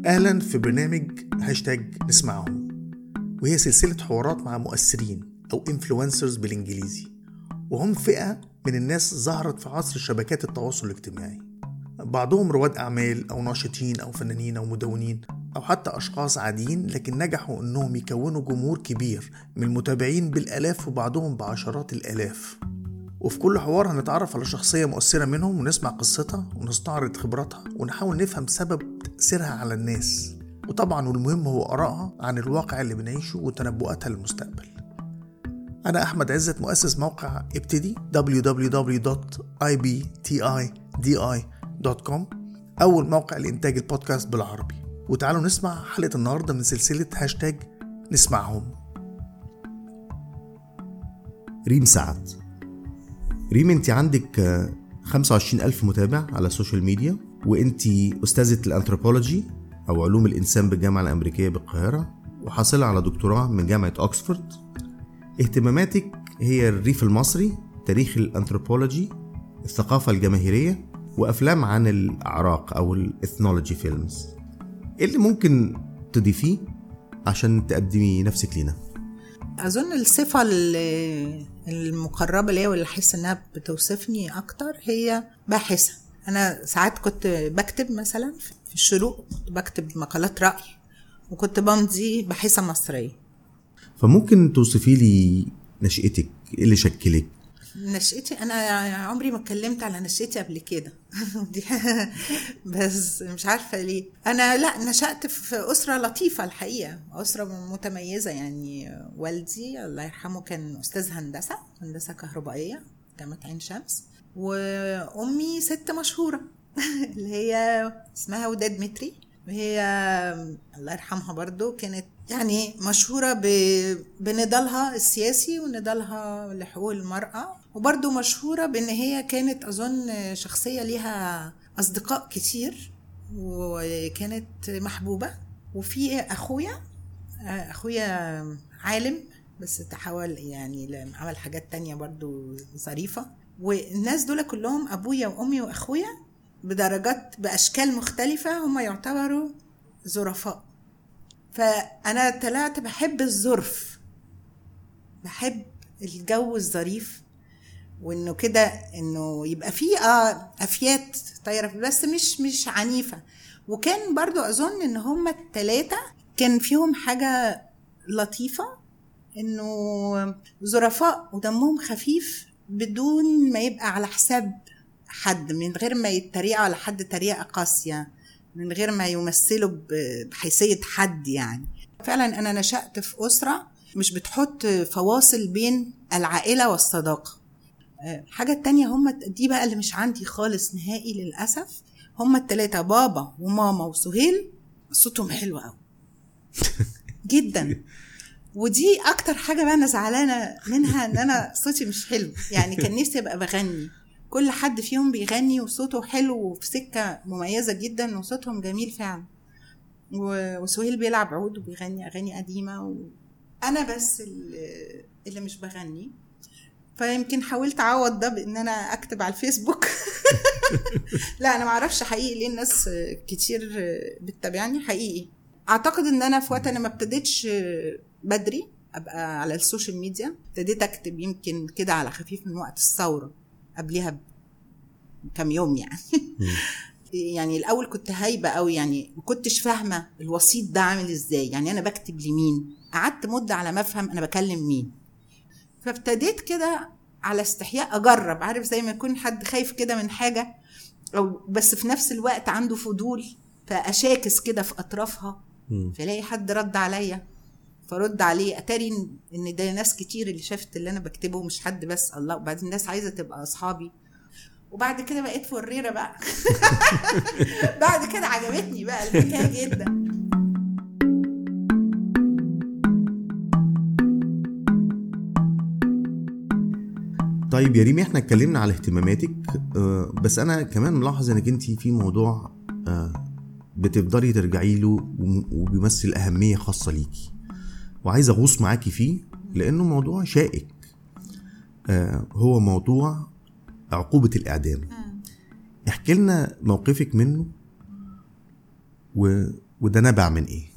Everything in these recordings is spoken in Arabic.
أهلا في برنامج هاشتاج نسمعهم، وهي سلسلة حوارات مع مؤثرين أو influencers بالإنجليزي، وهم فئة من الناس ظهرت في عصر شبكات التواصل الاجتماعي. بعضهم رواد أعمال أو ناشطين أو فنانين أو مدونين أو حتى أشخاص عاديين، لكن نجحوا أنهم يكونوا جمهور كبير من المتابعين بالآلاف وبعضهم بعشرات الآلاف. وفي كل حوار هنتعرف على شخصية مؤثرة منهم ونسمع قصتها ونستعرض خبراتها ونحاول نفهم سبب تأثيرها على الناس، وطبعا والمهم هو آرائها عن الواقع اللي بنعيشه وتنبؤاتها للمستقبل. أنا أحمد عزت، مؤسس موقع ابتدي www.ibtidi.com، أول موقع لإنتاج البودكاست بالعربي. وتعالوا نسمع حلقة النهاردة من سلسلة هاشتاج نسمعهم. ريم سعد. ريم، انت عندك 25,000 متابع على السوشيال ميديا، وانت أستاذة الأنثروبولوجي أو علوم الإنسان بالجامعة الأمريكية بالقاهرة، وحاصلة على دكتوراه من جامعة أكسفورد. اهتماماتك هي الريف المصري، تاريخ الأنثروبولوجي، الثقافة الجماهيرية، وأفلام عن الأعراق أو الإثنولوجي فيلمز. إيه اللي ممكن تضيفيه عشان تقدمي نفسك لنا؟ أظن الصفة المقربة ليا واللي أحس إنها بتوصفني أكتر هي باحثة. أنا ساعات كنت بكتب مثلا في الشروق، كنت بكتب مقالات رأي، وكنت بمضي باحثة مصرية. فممكن توصفي لي نشأتك، إيه اللي شكلك؟ نشأتي أنا عمري ما اتكلمت على نشأتي قبل كده بس مش عارفة ليه. أنا نشأت في أسرة لطيفة الحقيقة، أسرة متميزة. يعني والدي الله يرحمه كان أستاذ هندسة كهربائية جامعة عين شمس، وأمي ست مشهورة اللي هي اسمها وداد متري، وهي الله يرحمها برضو كانت يعني مشهورة بنضالها السياسي ونضالها لحقوق المرأة، وبرضو مشهورة بأن هي كانت أظن شخصية لها أصدقاء كتير وكانت محبوبة. وفي أخويا عالم بس تحول يعني عمل حاجات تانية برضو ظريفة. والناس دول كلهم أبويا وأمي وأخويا بدرجات بأشكال مختلفة هم يعتبروا ظرفاء. فأنا طلعت بحب الظرف، بحب الجو الظريف، وإنه كده إنه يبقى فيه أفيات طايرة بس مش عنيفة. وكان برضو أظن إن هم الثلاثة كان فيهم حاجة لطيفة، إنه ظرفاء ودمهم خفيف بدون ما يبقى على حساب حد، من غير ما يتريقوا على حد تريقة قاسية، من غير ما يمثلوا بحيثية حد. يعني فعلا أنا نشأت في أسرة مش بتحط فواصل بين العائلة والصداقة. حاجة التانية هم دي بقى اللي مش عندي خالص نهائي للأسف. هم الثلاثة بابا وماما وسهيل صوتهم حلو قوي جدا، ودي أكتر حاجة بقى أنا زعلانة منها، إن أنا صوتي مش حلو. يعني كان نفسي أبقى بغني. كل حد فيهم بيغني وصوته حلو وفي سكة مميزة جدا وصوتهم جميل فعلا. وسهيل بيلعب عود وبيغني أغاني قديمة، أنا بس اللي مش بغني. فيمكن حاولت أعوض ده بأن أنا أكتب على الفيسبوك لا أنا معرفش حقيقي ليه الناس كتير بتتابعني. حقيقي أعتقد أن أنا في وقت أنا ما ابتديتش بدري أبقى على السوشيال ميديا، ابتديت أكتب يمكن كده على خفيف من وقت الثورة، قبلها كم يوم يعني يعني الأول كنت هايبة قوي، يعني ما كنتش فاهمة الوسيط ده عامل إزاي. يعني أنا بكتب لمين؟ قعدت مدة على ما أفهم أنا بكلم مين. فابتديت كده على استحياء أجرب، عارف زي ما يكون حد خايف كده من حاجة، أو بس في نفس الوقت عنده فضول، فأشاكس كده في أطرافها، فلاقي حد رد عليا فرد عليه، أتاري إن ده ناس كتير اللي شافت اللي أنا بكتبه، مش حد بس. الله، وبعدين الناس عايزة تبقى أصحابي. وبعد كده بقيت فريرة بقى بعد كده عجبتني بقى الحكاية جدا. طيب يا ريمي، احنا اتكلمنا على اهتماماتك، بس انا كمان ملاحظ انك انتي في موضوع بتفضلي ترجعي له وبيمثل اهمية خاصة ليكي، وعايز اغوص معاكي فيه لانه موضوع شائك. هو موضوع عقوبة الاعدام. احكي لنا موقفك منه وده نبع من ايه؟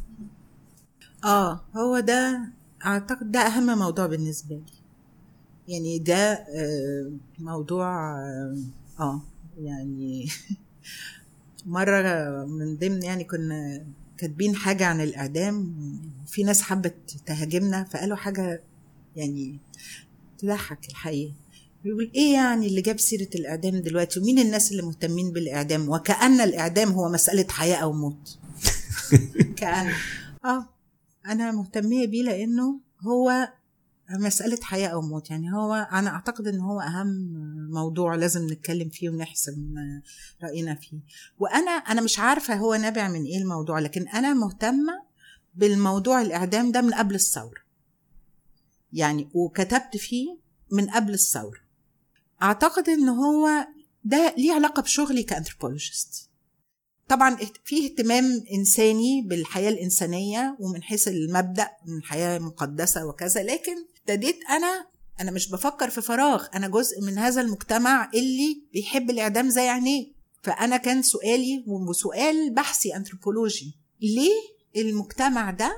هو ده اعتقد ده اهم موضوع بالنسبه لي. يعني ده موضوع يعني مره من ضمن يعني كنا كاتبين حاجه عن الاعدام، في ناس حبت تهاجمنا فقالوا حاجه يعني تضحك الحقيقه. بيقول ايه يعني اللي جاب سيره الاعدام دلوقتي، ومين الناس اللي مهتمين بالاعدام، وكأن الاعدام هو مساله حياه او موت. كأن انا مهتميه بيه لانه هو مساله حياه او موت. يعني هو انا اعتقد ان هو اهم موضوع لازم نتكلم فيه ونحسم راينا فيه. وانا مش عارفه هو نابع من ايه الموضوع، لكن انا مهتمه بالموضوع الاعدام ده من قبل الثوره يعني، وكتبت فيه من قبل الثوره. اعتقد ان هو ده ليه علاقه بشغلي كانثروبولوجيست. طبعا فيه اهتمام إنساني بالحياة الإنسانية ومن حيث المبدأ من حياة مقدسة وكذا، لكن ابتديت أنا مش بفكر في فراغ، أنا جزء من هذا المجتمع اللي بيحب الإعدام زي عينيه. فأنا كان سؤالي وسؤال بحثي أنثروبولوجي، ليه المجتمع ده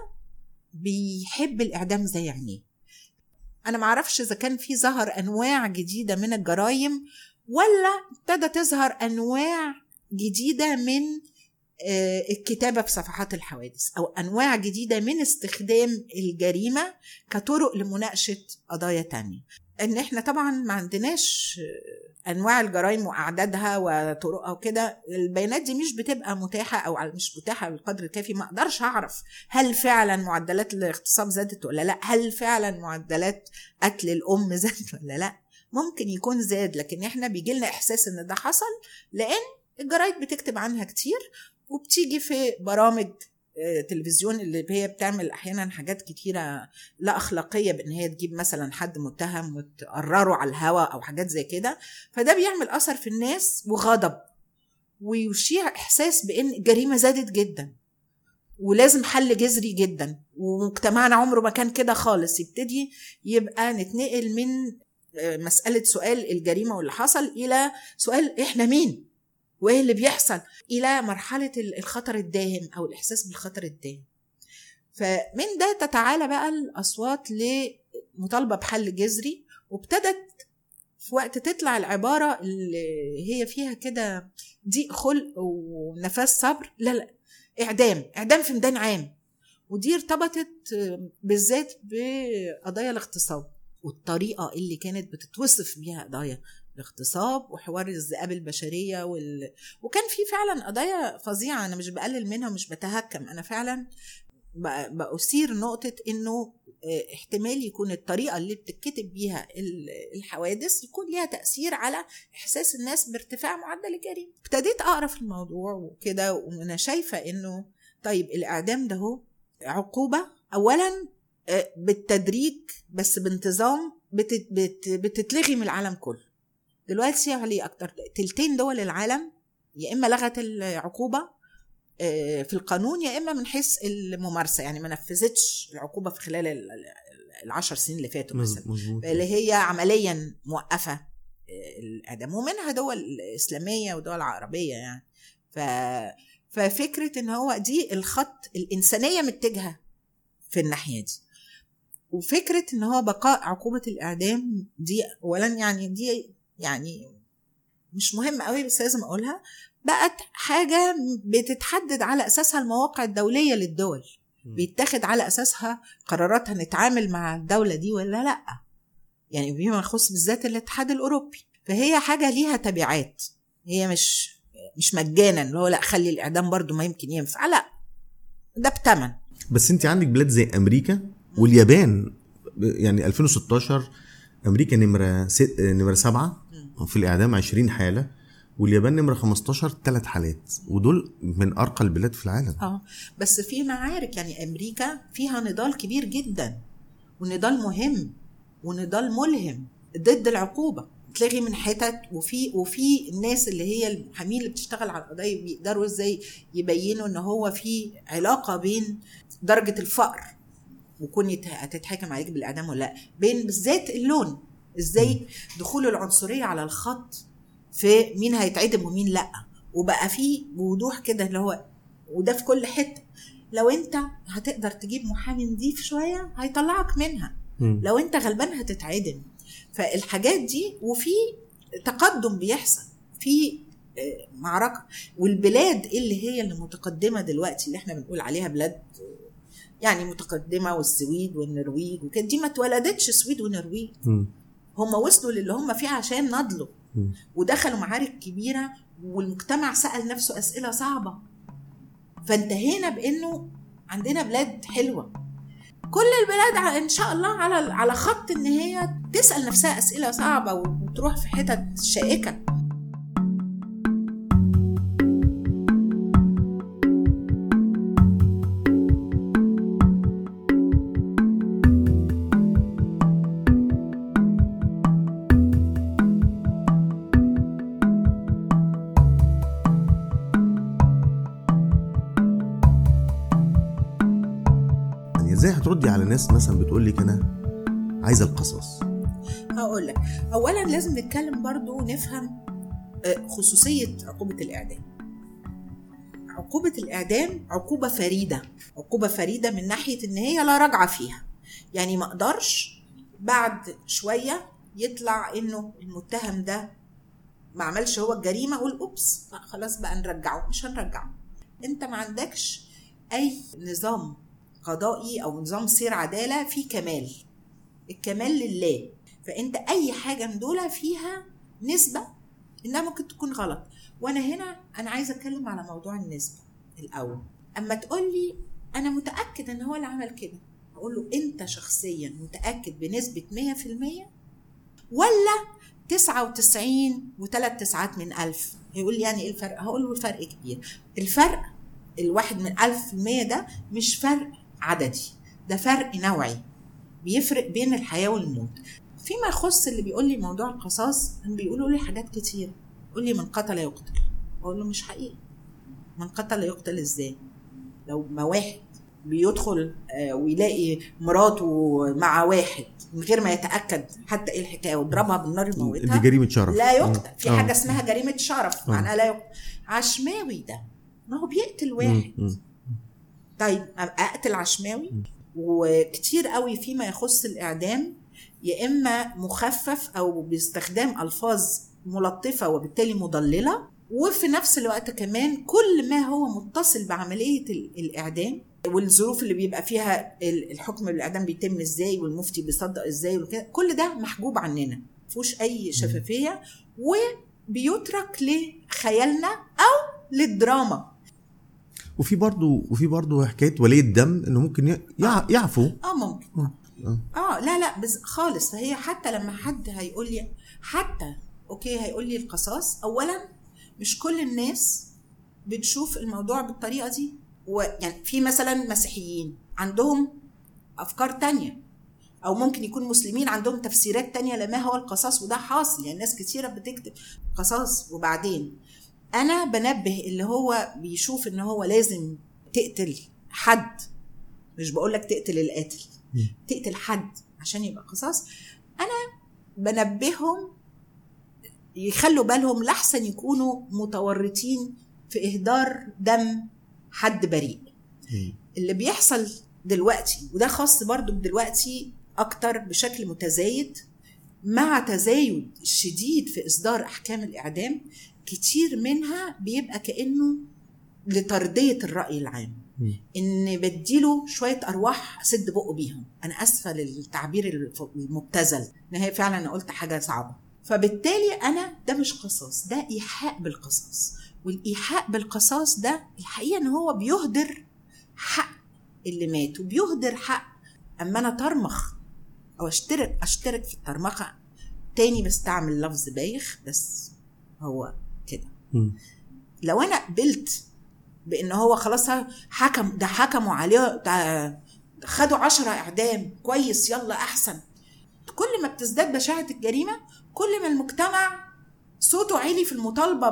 بيحب الإعدام زي عينيه؟ أنا معرفش إذا كان في ظهر أنواع جديدة من الجرائم، ولا ابتدى تظهر أنواع جديدة من الكتابة في صفحات الحوادث، أو أنواع جديدة من استخدام الجريمة كطرق لمناقشة قضايا تانية. إن إحنا طبعا ما عندناش أنواع الجرائم وأعدادها وطرقها وكده، البيانات دي مش بتبقى متاحة أو مش متاحة بالقدر الكافي. ما أقدرش أعرف هل فعلا معدلات الاغتصاب زادت ولا لا، هل فعلا معدلات قتل الأم زادت ولا لا. ممكن يكون زاد، لكن إحنا بيجيلنا إحساس إن ده حصل لأن الجرايد بتكتب عنها كتير، وبتيجي في برامج تلفزيون اللي هي بتعمل احيانا حاجات كتيره لا اخلاقيه، بان هي تجيب مثلا حد متهم وتقرره على الهواء او حاجات زي كده. فده بيعمل اثر في الناس وغضب، ويشيع احساس بان الجريمه زادت جدا ولازم حل جذري جدا، ومجتمعنا عمره ما كان كده خالص. يبتدي يبقى نتنقل من مساله سؤال الجريمه واللي حصل الى سؤال احنا مين وايه اللي بيحصل، الى مرحله الخطر الداهم او الاحساس بالخطر الداهم. فمن ده تتعالى بقى الاصوات لمطالبه بحل جذري، وابتدت في وقت تطلع العباره اللي هي فيها كده ضيق خلق ونفاس صبر، لا اعدام في ميدان عام. ودي ارتبطت بالذات بقضايا الاغتصاب والطريقه اللي كانت بتتوصف بيها قضايا الاغتصاب وحوار الذئاب البشريه وكان في فعلا قضايا فظيعه. انا مش بقلل منها ومش بتهكم، انا فعلا بأثير نقطه انه احتمال يكون الطريقه اللي بتتكتب بيها الحوادث يكون ليها تاثير على احساس الناس بارتفاع معدل الجريمه. ابتديت اقرا في الموضوع وكده، وانا شايفه انه طيب الاعدام ده هو عقوبه اولا بالتدريج بس بانتظام بتتلغي من العالم كله. دلوقتي عليه اكتر تلتين دول العالم يا اما لغت العقوبه في القانون، يا اما من حيث الممارسه، يعني ما نفذتش العقوبه في خلال 10 سنين اللي فاتوا مثلا، اللي هي عمليا موقفه الاعدام، ومنها دول اسلاميه ودول عربيه يعني. ففكره ان هو دي الخط الانسانيه متجهه في الناحيه دي، وفكره ان هو بقاء عقوبه الاعدام دي اولا دي يعني مش مهم قوي بس لازم اقولها، بقت حاجه بتتحدد على اساسها المواقع الدوليه للدول، بيتاخد على اساسها قراراتها نتعامل مع الدوله دي ولا لا، يعني بما يخص بالذات الاتحاد الاوروبي. فهي حاجه ليها تبعات، هي مش مجانا اللي هو لا خلي الاعدام برضو ما يمكن ينفع، لا ده بتمن. بس انت عندك بلاد زي امريكا واليابان، يعني 2016 امريكا نمره 7 في الاعدام 20 حاله، واليابان نمره 15 3 حالات، ودول من ارقى البلاد في العالم. بس في معارك، يعني امريكا فيها نضال كبير جدا ونضال مهم ونضال ملهم ضد العقوبه تلغي من حتت، وفي الناس اللي هي المحامين اللي بتشتغل على القضايا بيقدروا ازاي يبينوا ان هو في علاقه بين درجه الفقر وكون هتتحكم عليك بالاعدام ولا لا، بين بالذات اللون، ازاي دخول العنصريه على الخط في مين هيتعدم ومين لا، وبقى في بوضوح كده اللي هو وده في كل حته. لو انت هتقدر تجيب محامي نضيف شويه هيطلعك منها. لو انت غلبان هتتعدم. فالحاجات دي، وفي تقدم بيحصل في معركه. والبلاد اللي هي اللي متقدمه دلوقتي اللي احنا بنقول عليها بلاد يعني متقدمه، والسويد والنرويج وكده، دي ما اتولدتش سويد ونرويج. هم وصلوا للي هم فيه عشان نضلوا ودخلوا معارك كبيره، والمجتمع سأل نفسه اسئله صعبه. فانتهينا بانه عندنا بلاد حلوه. كل البلاد ان شاء الله على خط ان هي تسأل نفسها اسئله صعبه وتروح في حتت شائكه. ازاي هتردي على ناس مثلا بتقول لك انا عايزه القصاص؟ هقول لك، اولا لازم نتكلم برضو ونفهم خصوصيه عقوبه الاعدام. عقوبه الاعدام عقوبه فريده من ناحيه ان هي لا رجعه فيها. يعني ما اقدرش بعد شويه يطلع انه المتهم ده ما عملش هو الجريمه اقول اوبس خلاص بقى نرجعه. مش هنرجعه. انت ما عندكش اي نظام قضائي او نظام سير عداله في كمال. الكمال لله. فانت اي حاجه من دول فيها نسبه انها ممكن تكون غلط. وانا هنا عايزه اتكلم على موضوع النسبه الاول. اما تقول لي انا متاكد ان هو اللي عمل كده، اقول له انت شخصيا متاكد بنسبه 100% ولا 99.3%؟ هيقول لي يعني ايه الفرق؟ هقول له الفرق كبير. الفرق 1/1000% ده مش فرق عددي، ده فرق نوعي بيفرق بين الحياة والموت. فيما يخص اللي بيقول لي موضوع القصاص، بيقولوا لي حاجات كتير. يقول لي من قتل يقتل. اقول له مش حقيقي. من قتل يقتل ازاي؟ لو ما واحد بيدخل ويلاقي مراته مع واحد من غير ما يتأكد حتى ايه الحكاية ويضربها بالنار يموتها، دي جريمة شرف. لا يقتل. في حاجة اسمها جريمة شرف، معناها لا يقتل. عشماوي ده ما هو بيقتل واحد. طيب اقتل عشماوي؟ وكتير قوي فيما يخص الاعدام يا اما مخفف او باستخدام الفاظ ملطفه وبالتالي مضلله، وفي نفس الوقت كمان كل ما هو متصل بعمليه الاعدام والظروف اللي بيبقى فيها الحكم بالاعدام بيتم ازاي والمفتي بيصدق ازاي وكده، كل ده محجوب عننا مفيهوش اي شفافيه وبيترك لخيالنا او للدراما. وفي برضو حكايه ولي الدم انه ممكن يعفو. ممكن. لا بس خالص. فهي حتى لما حد هيقول لي حتى اوكي هيقول لي القصاص، اولا مش كل الناس بتشوف الموضوع بالطريقه دي. ويعني في مثلا مسيحيين عندهم افكار تانية، او ممكن يكون مسلمين عندهم تفسيرات تانية لما هو القصاص، وده حاصل. يعني ناس كتيره بتكتب قصاص. وبعدين انا بنبه اللي هو بيشوف ان هو لازم تقتل حد، مش بقولك تقتل القاتل، تقتل حد عشان يبقى قصاص. انا بنبههم يخلوا بالهم لحسن يكونوا متورطين في اهدار دم حد بريء. اللي بيحصل دلوقتي، وده خاص برضو دلوقتي اكتر بشكل متزايد مع تزايد الشديد في اصدار احكام الاعدام، كتير منها بيبقى كأنه لترضية الرأي العام، ان بديله شوية ارواح سد بقه بيهم. انا اسفة للتعبير المبتذل، ان هي فعلا انا قلت حاجة صعبة. فبالتالي انا ده مش قصاص، ده ايحاء بالقصاص. والايحاء بالقصاص ده الحقيقة ان هو بيهدر حق اللي مات، وبيهدر حق اما انا ترمخ او اشترك في الترمخة. تاني بستعمل لفظ بايخ بس هو كده. لو انا قبلت بان هو خلاص حكموا عليه، خدوا 10 اعدام، كويس يلا احسن. كل ما بتزداد بشاعة الجريمة كل ما المجتمع صوته عالي في المطالبة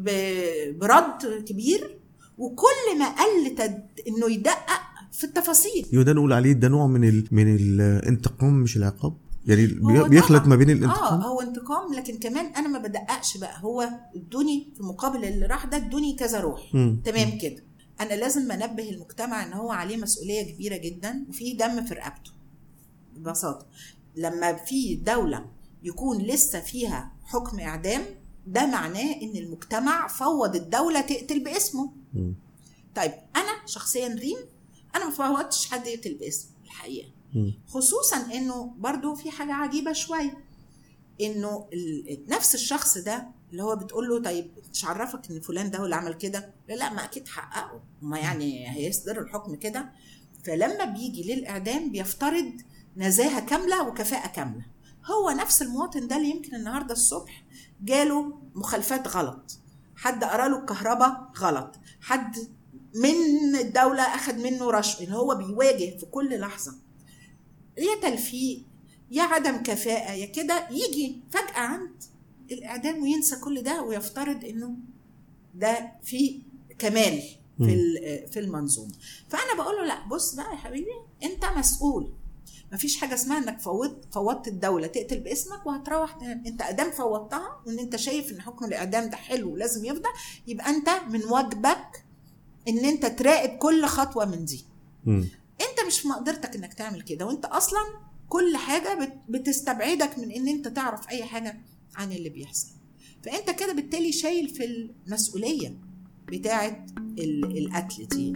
برد كبير، وكل ما قل انه يدقق في التفاصيل. ده نقول عليه ده نوع من الانتقام مش العقاب. يعني بيخلط ما بين الانتقام. هو انتقام، لكن كمان انا ما بدققش بقى. هو ادوني في مقابل اللي راح ده ادوني كذا روح، تمام كده. انا لازم انبه المجتمع ان هو عليه مسؤوليه كبيره جدا وفي دم في رقبته. ببساطه لما في دوله يكون لسه فيها حكم اعدام، ده معناه ان المجتمع فوض الدوله تقتل باسمه. طيب انا شخصيا ريم، انا ما فوضتش حد يقتل باسمه الحقيقه، خصوصا انه برضو في حاجه عجيبه شويه، انه نفس الشخص ده اللي هو بتقول له طيب مش عرفك ان فلان ده هو اللي عمل كده، لا ما اكيد حققه، ما يعني هيصدر الحكم كده. فلما بيجي للاعدام بيفترض نزاهه كامله وكفاءه كامله. هو نفس المواطن ده اللي يمكن النهارده الصبح جاله مخالفات غلط، حد قرا له الكهرباء غلط، حد من الدوله اخذ منه رشوه، اللي هو بيواجه في كل لحظه يا تلفيق يا عدم كفاءة يا كده، يجي فجأة عند الإعدام وينسى كل ده ويفترض إنه ده في كمال في المنظومة. فأنا بقول له لا، بص بقى يا حبيبي، أنت مسؤول، مفيش حاجة اسمها إنك فوضت الدولة تقتل باسمك وهتروح تنام. أنت أدام فوضتها وإن أنت شايف إن حكم الإعدام ده حلو لازم يفضل، يبقى أنت من واجبك إن أنت تراقب كل خطوة من دي. أنت مش في مقدرتك إنك تعمل كده، وأنت أصلاً كل حاجة بتستبعدك من ان انت تعرف اي حاجة عن اللي بيحصل. فانت كده بالتالي شايل في المسؤولية بتاعة القتل دي.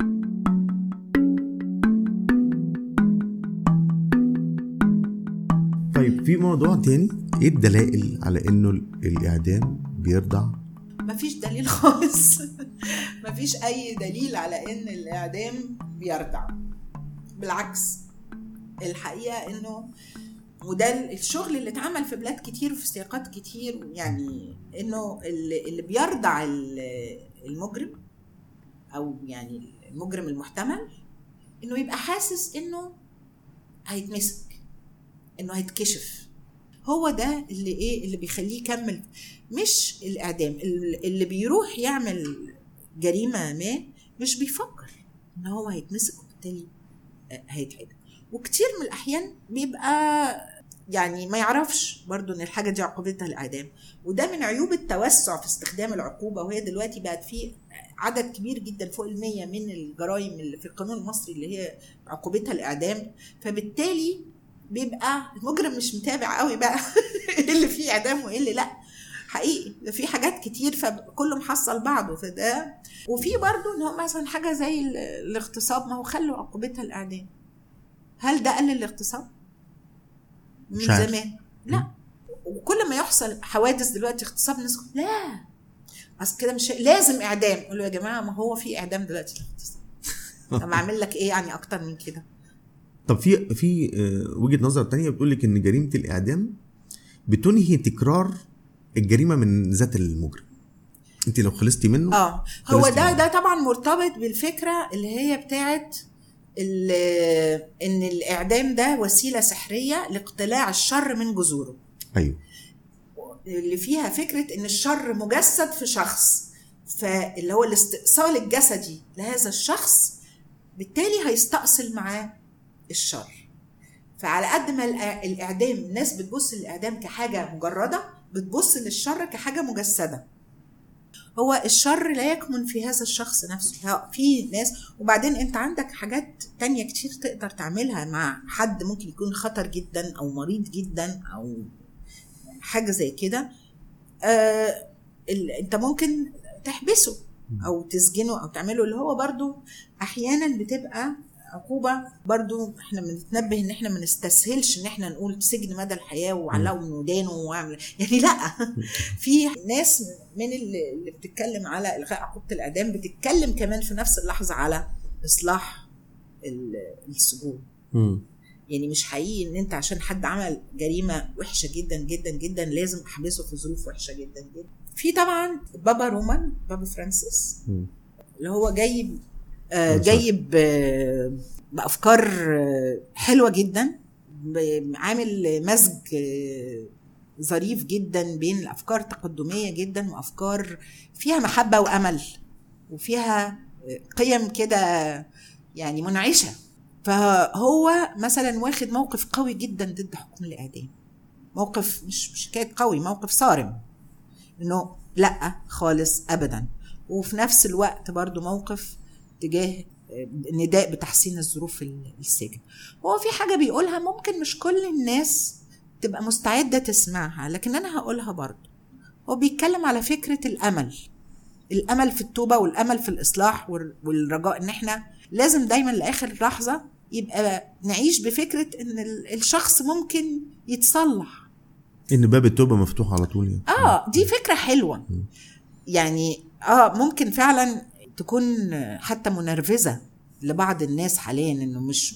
طيب في موضوع تاني، ايه الدلائل على انه الاعدام بيرضع؟ مفيش دليل خالص. مفيش اي دليل على ان الاعدام بيرضع، بالعكس الحقيقة انه وده الشغل اللي اتعمل في بلاد كتير وفي سياقات كتير، يعني انه اللي بيرضع المجرم او يعني المجرم المحتمل انه يبقى حاسس انه هيتمسك، انه هيتكشف. هو ده اللي بيخليه يكمل، مش الاعدام. اللي بيروح يعمل جريمة ما مش بيفكر ان هو هيتمسك وبالتالي هيتعدم. وكتير من الأحيان بيبقى يعني ما يعرفش برضو ان الحاجة دي عقوبتها الإعدام. وده من عيوب التوسع في استخدام العقوبة، وهي دلوقتي بقت في عدد كبير جدا فوق 100 من الجرائم اللي في القانون المصري اللي هي عقوبتها الإعدام. فبالتالي بيبقى المجرم مش متابع قوي بقى ايه اللي فيه إعدام وايه اللي لا. حقيقي في حاجات كتير فكله محصل بعضه في ده. وفي برضو ان هو مثلا حاجة زي الاغتصاب، ما هو خلوا عقوبتها الإعدام. هل ده قلل الاغتصاب من زمان؟ لا. وكل ما يحصل حوادث دلوقتي اغتصاب الناس لا اصل كده مش لازم اعدام. قولوا يا جماعه ما هو في اعدام دلوقتي الاغتصاب. طب اعمل لك ايه يعني اكتر من كده؟ طب في وجهه نظر تانية بتقول لك ان جريمه الاعدام بتنهي تكرار الجريمه من ذات المجرم. انت لو خلصتي منه هو ده طبعا مرتبط بالفكره اللي هي بتاعت ان الاعدام ده وسيله سحريه لاقتلاع الشر من جذوره. ايوه، اللي فيها فكره ان الشر مجسد في شخص، فاللي هو الاستئصال الجسدي لهذا الشخص بالتالي هيستأصل معاه الشر. فعلى قد ما الاعدام الناس بتبص للاعدام كحاجه مجرده، بتبص للشر كحاجه مجسده. هو الشر لا يكمن في هذا الشخص نفسه، في ناس. وبعدين انت عندك حاجات تانية كتير تقدر تعملها مع حد ممكن يكون خطر جدا او مريض جدا او حاجة زي كده. انت ممكن تحبسه او تسجنه او تعمله، اللي هو برضو احيانا بتبقى عقوبة. برضو احنا بنتنبه ان احنا ما نستسهلش ان احنا نقول سجن مدى الحياة وعلقوا من ودانه وعمل يعني لا. في ناس من اللي بتتكلم على الغاء عقوبة الاعدام بتتكلم كمان في نفس اللحظة على اصلاح السجون. يعني مش حقيقي ان انت عشان حد عمل جريمة وحشة جدا جدا جدا لازم احبسه في ظروف وحشة جدا جدا. في طبعا بابا فرانسيس اللي هو جايب بأفكار حلوة جدا، عامل مزج ظريف جدا بين الأفكار التقدمية جدا وأفكار فيها محبة وأمل وفيها قيم كده يعني منعشة. فهو مثلا واخد موقف قوي جدا ضد حكم الإعدام، موقف مش حكاية قوي، موقف صارم إنه لا خالص أبدا. وفي نفس الوقت برضو موقف تجاه نداء بتحسين الظروف في السجن. هو في حاجة بيقولها ممكن مش كل الناس تبقى مستعدة تسمعها، لكن أنا هقولها برضو. هو بيتكلم على فكرة الأمل في التوبة والأمل في الإصلاح والرجاء، إن إحنا لازم دايما لآخر لحظة يبقى نعيش بفكرة إن الشخص ممكن يتصلح، إن باب التوبة مفتوح على طول يعني. دي فكرة حلوة يعني. ممكن فعلا تكون حتى منرفزة لبعض الناس حاليا، إنه مش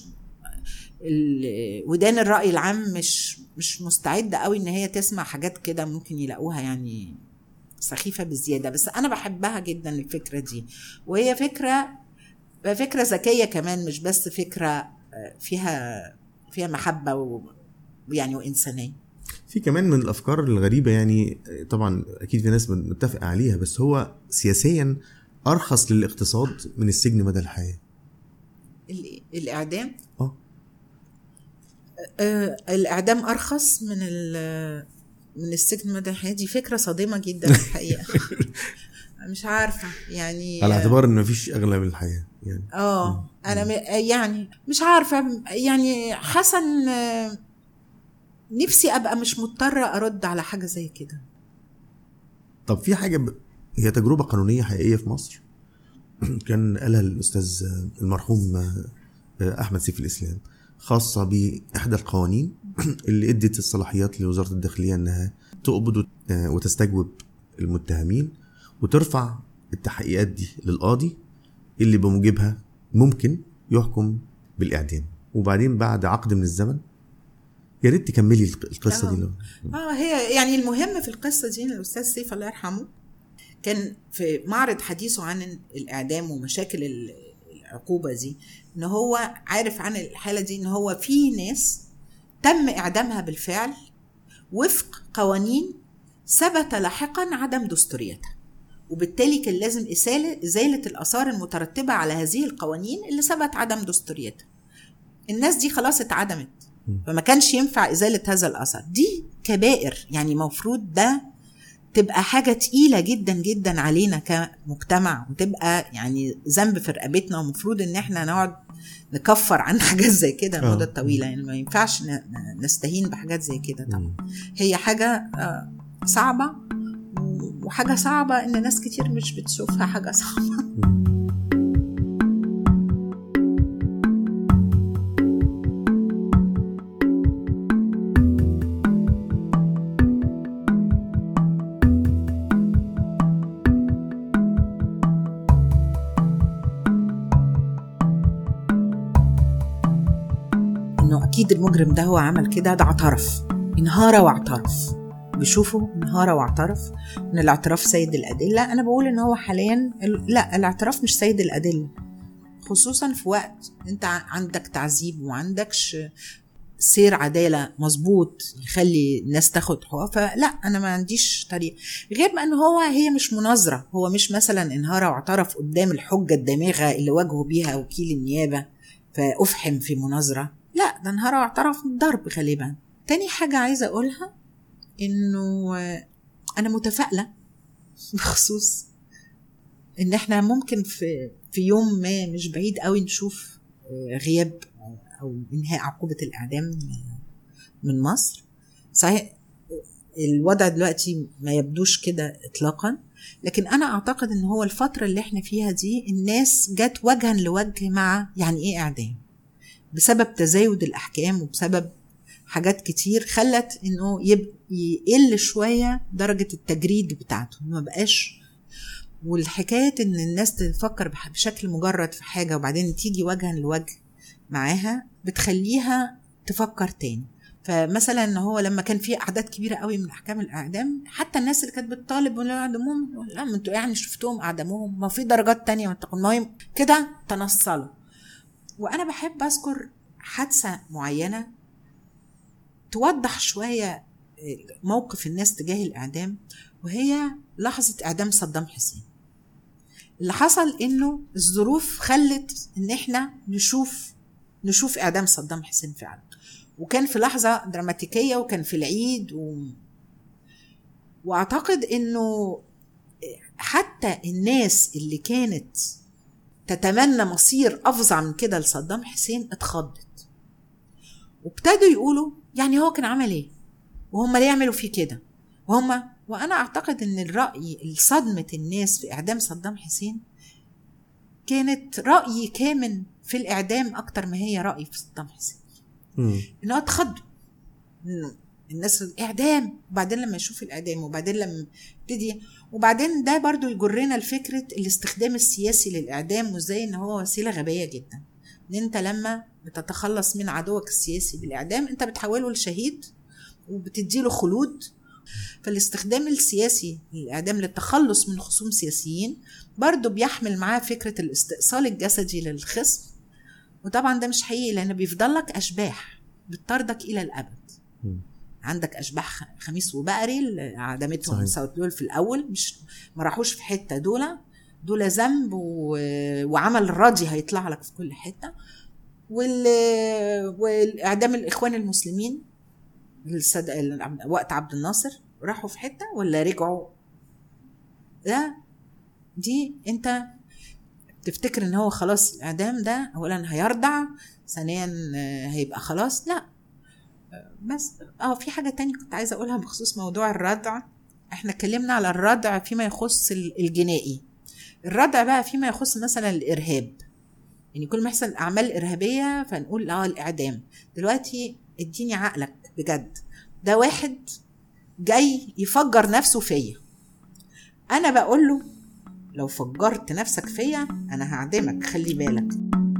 ودان الرأي العام مش مستعدة قوي إن هي تسمع حاجات كده ممكن يلاقوها يعني سخيفة بزيادة. بس أنا بحبها جدا الفكرة دي، وهي فكرة ذكية كمان، مش بس فكرة فيها محبة يعني وإنسانية. في كمان من الأفكار الغريبة يعني، طبعا أكيد في ناس متفق عليها، بس هو سياسيا أرخص للاقتصاد من السجن مدى الحياة. الإعدام؟ الإعدام أرخص من السجن مدى الحياة. دي فكرة صادمة جدا الحقيقة. مش عارفة يعني، على اعتبار إن مفيش أغلى من الحياة يعني. أنا يعني مش عارفة يعني. حسن نفسي أبقى مش مضطرة أرد على حاجة زي كده. طب في حاجة هي تجربة قانونية حقيقية في مصر كان قالها الأستاذ المرحوم أحمد سيف الإسلام، خاصة بإحدى القوانين اللي ادت الصلاحيات لوزارة الداخلية أنها تقبض وتستجوب المتهمين وترفع التحقيقات دي للقاضي اللي بموجبها ممكن يحكم بالإعدام. وبعدين بعد عقد من الزمن، يا ريت تكملي القصة دي. هي يعني المهم في القصة دي الأستاذ سيف الله يرحمه كان في معرض حديثه عن الإعدام ومشاكل العقوبة دي، إن هو عارف عن الحالة دي، إن هو في ناس تم إعدامها بالفعل وفق قوانين ثبت لاحقا عدم دستوريتها، وبالتالي كان لازم إزالة الآثار المترتبة على هذه القوانين اللي ثبت عدم دستوريتها. الناس دي خلاص اتعدمت، فما كانش ينفع إزالة هذا الأثر. دي كبائر يعني، مفروض ده تبقى حاجة تقيلة جدا جدا علينا كمجتمع، وتبقى يعني ذنب في رقبتنا، ومفروض ان احنا نقعد نكفر عن حاجات زي كده مدة طويلة يعني. ما ينفعش نستهين بحاجات زي كده طبعا. هي حاجة صعبة، وحاجة صعبة ان ناس كتير مش بتشوفها حاجة صعبة. أكيد المجرم ده هو عمل كده، ده اعترف، انهار واعترف. بيشوفوا انهار واعترف، ان الاعتراف سيد الأدلة. أنا بقول إن هو حاليا لا، الاعتراف مش سيد الأدلة، خصوصا في وقت أنت عندك تعذيب وعندكش سير عدالة مظبوط يخلي الناس تاخد حقوقها. فلا، أنا ما عنديش طريق غير ما أنه هي مش مناظرة. هو مش مثلا انهار واعترف قدام الحجة الدامغة اللي واجهوا بيها وكيل النيابة فأفحم في مناظرة. لا، ده انهار واعترف بالضرب غالبا. تاني حاجة عايزة أقولها إنه أنا متفائلة بخصوص إن إحنا ممكن في يوم ما مش بعيد قوي نشوف غياب أو إنهاء عقوبة الإعدام من مصر. صحيح الوضع دلوقتي ما يبدوش كده إطلاقا، لكن أنا أعتقد إن هو الفترة اللي إحنا فيها دي الناس جت وجها لوجه مع يعني إيه إعدام، بسبب تزايد الأحكام وبسبب حاجات كتير خلت إنه يقل شوية درجة التجريد بتاعته، ما بقاش. والحكاية إن الناس تفكر بشكل مجرد في حاجة وبعدين تيجي وجها لوجه معاها بتخليها تفكر تاني. فمثلا إن هو لما كان في أعداد كبيرة قوي من أحكام الإعدام، حتى الناس اللي كانت بتطالب ولا أعدموهم، لا، ما انتوا يعني شفتوهم أعدموهم، ما في درجات تانية المهم كده تنصلوا. وأنا بحب أذكر حادثة معينة توضح شوية موقف الناس تجاه الإعدام، وهي لحظة إعدام صدام حسين. اللي حصل إنه الظروف خلت إن إحنا نشوف إعدام صدام حسين فعلا، وكان في لحظة دراماتيكية وكان في العيد وأعتقد إنه حتى الناس اللي كانت تتمنى مصير أفظع من كده لصدام حسين اتخضت، وابتدوا يقولوا يعني هو كان عمل ايه وهم ليه يعملوا فيه كده وأنا أعتقد أن الرأي صدمة الناس في إعدام صدام حسين كانت رأي كامن في الإعدام أكتر ما هي رأي في صدام حسين. إنه اتخضوا الناس الإعدام، وبعدين لما يشوف الإعدام وبعدين لما يبتدي، وبعدين ده برضو يجرنا لفكرة الاستخدام السياسي للإعدام، وإزاي إن هو وسيلة غبية جدا. إن أنت لما بتتخلص من عدوك السياسي بالإعدام أنت بتحوله لشهيد وبتديله خلود. فالاستخدام السياسي للإعدام للتخلص من خصوم سياسيين برضو بيحمل معاه فكرة الاستئصال الجسدي للخصم، وطبعا ده مش حقيقي لأنه بيفضلك أشباح بتطاردك إلى الأبد. عندك أشباح خميس وبقري اللي عدمتهم ساوث في الأول، مش ما راحوش في حتة، دول ذنب وعمل راضي هيطلع لك في كل حتة. والإعدام الإخوان المسلمين وقت عبد الناصر راحوا في حتة ولا رجعوا؟ لا، دي انت تفتكر ان هو خلاص الاعدام ده اولا هيرضع، ثانيا هيبقى خلاص، لا. بس في حاجة تانية كنت عايزة اقولها بخصوص موضوع الردع. احنا اتكلمنا على الردع فيما يخص الجنائي، الردع بقى فيما يخص مثلا الارهاب، يعني كل ما يحصل اعمال ارهابية فنقول الاعدام. دلوقتي اديني عقلك بجد، ده واحد جاي يفجر نفسه فيا، انا بقول له لو فجرت نفسك فيا انا هعدمك، خلي بالك.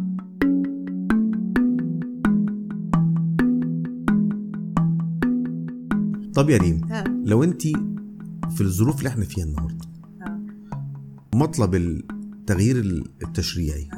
طب يا ريم، لو انت في الظروف اللي احنا فيها النهارده مطلب التغيير التشريعي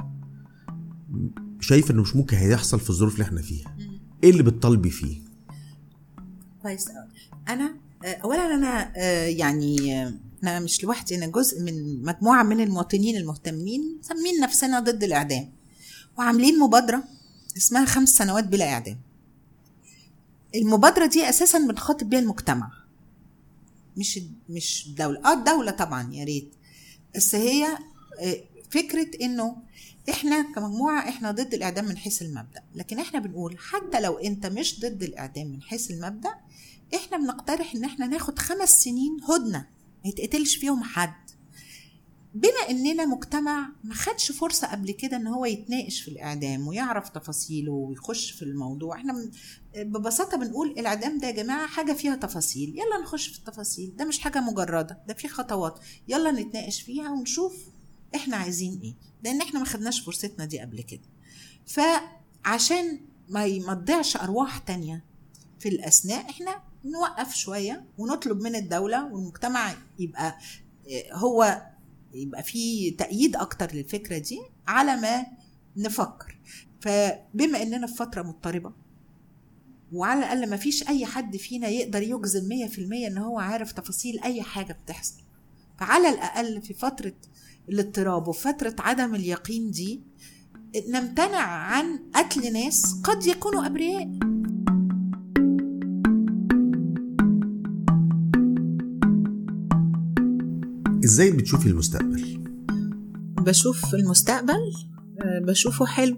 شايف انه مش ممكن هيحصل في الظروف اللي احنا فيها، ايه اللي بتطالبي فيه؟ كويس. انا اولا انا يعني انا مش لوحدي، انا جزء من مجموعه من المواطنين المهتمين مسمين نفسنا ضد الاعدام، وعاملين مبادره اسمها 5 سنوات بلا اعدام. المبادره دي اساسا بنخاطب بيها المجتمع، مش دولة. الدولة طبعا يا ريت، بس هي فكرة انه احنا كمجموعة احنا ضد الاعدام من حيث المبدأ، لكن احنا بنقول حتى لو انت مش ضد الاعدام من حيث المبدأ، احنا بنقترح ان احنا ناخد 5 سنين هدنة ما يتقتلش فيهم حد، بما اننا مجتمع ما خدش فرصة قبل كده ان هو يتناقش في الاعدام ويعرف تفاصيله ويخش في الموضوع. احنا ببساطة بنقول الاعدام ده يا جماعة حاجة فيها تفاصيل، يلا نخش في التفاصيل، ده مش حاجة مجردة، ده فيه خطوات، يلا نتناقش فيها ونشوف احنا عايزين ايه، لان احنا ما خدناش فرصتنا دي قبل كده. فعشان ما تضيعش ارواح تانية في الاثناء، احنا نوقف شوية ونطلب من الدولة والمجتمع يبقى في تأييد أكتر للفكرة دي على ما نفكر. فبما أننا في فترة مضطربة، وعلى الأقل ما فيش أي حد فينا يقدر يجزم 100% أنه هو عارف تفاصيل أي حاجة بتحصل، فعلى الأقل في فترة الاضطراب وفترة عدم اليقين دي نمتنع عن قتل ناس قد يكونوا أبرياء. ازاي بتشوفي المستقبل؟ بشوف المستقبل بشوفه حلو،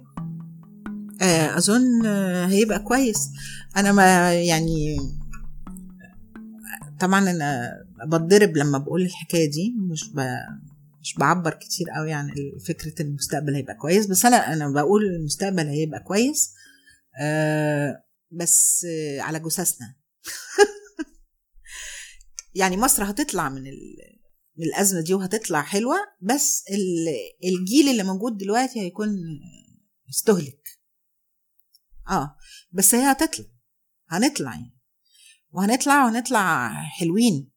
اظن هيبقى كويس. انا ما يعني طبعا انا بتضرب لما بقول الحكايه دي، مش بعبر كتير قوي عن فكره المستقبل هيبقى كويس، بس انا بقول المستقبل هيبقى كويس بس على جثثنا. يعني مصر هتطلع من الأزمة دي وهتطلع حلوة، بس الجيل اللي موجود دلوقتي هيكون استهلك. بس هي هنطلع يعني، وهنطلع حلوين،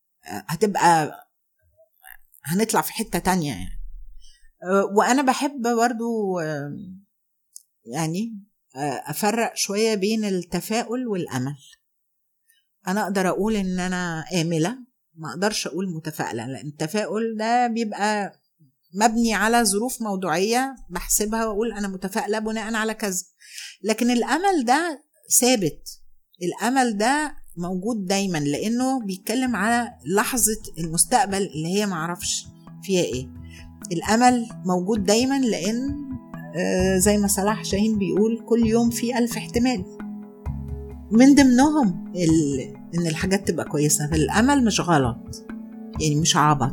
هنطلع في حتة تانية يعني. وأنا بحب برضو يعني أفرق شوية بين التفاؤل والأمل. أنا أقدر أقول إن أنا آملة، ما اقدرش اقول متفائله، لان التفاؤل ده بيبقى مبني على ظروف موضوعيه بحسبها واقول انا متفائله بناء على كذا، لكن الامل ده ثابت، الامل ده موجود دايما، لانه بيتكلم على لحظه المستقبل اللي هي معرفش فيها ايه. الأمل موجود دايما، لأن زي ما صلاح جاهين بيقول كل يوم في 1000 احتمال، من ضمنهم إن الحاجات تبقى كويسة. فالأمل مش غلط، يعني مش عبط.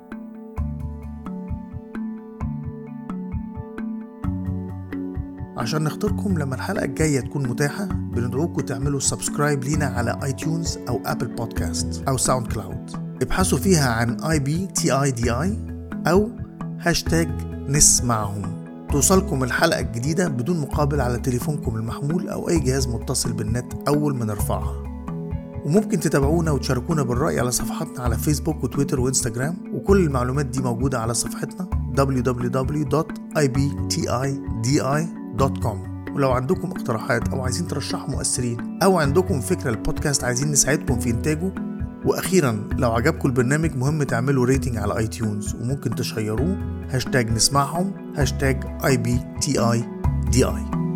عشان نختاركم لما الحلقة الجاية تكون متاحة، بندعوكم تعملوا سبسكرايب لينا على iTunes أو أبل بودكاست أو ساوند كلاود. ابحثوا فيها عن IBTIDI أو #نسمعهم. توصلكم الحلقة الجديدة بدون مقابل على تليفونكم المحمول أو أي جهاز متصل بالنت أول ما نرفعها. وممكن تتابعونا وتشاركونا بالرأي على صفحاتنا على فيسبوك وتويتر وإنستجرام، وكل المعلومات دي موجودة على صفحتنا www.ibtidi.com. ولو عندكم اقتراحات أو عايزين ترشحوا مؤثرين أو عندكم فكرة البودكاست عايزين نساعدكم في إنتاجه. وأخيرا لو عجبكم البرنامج مهم تعملوا ريتنج على iTunes، وممكن تشيروه #نسمعهم #IBTIDI.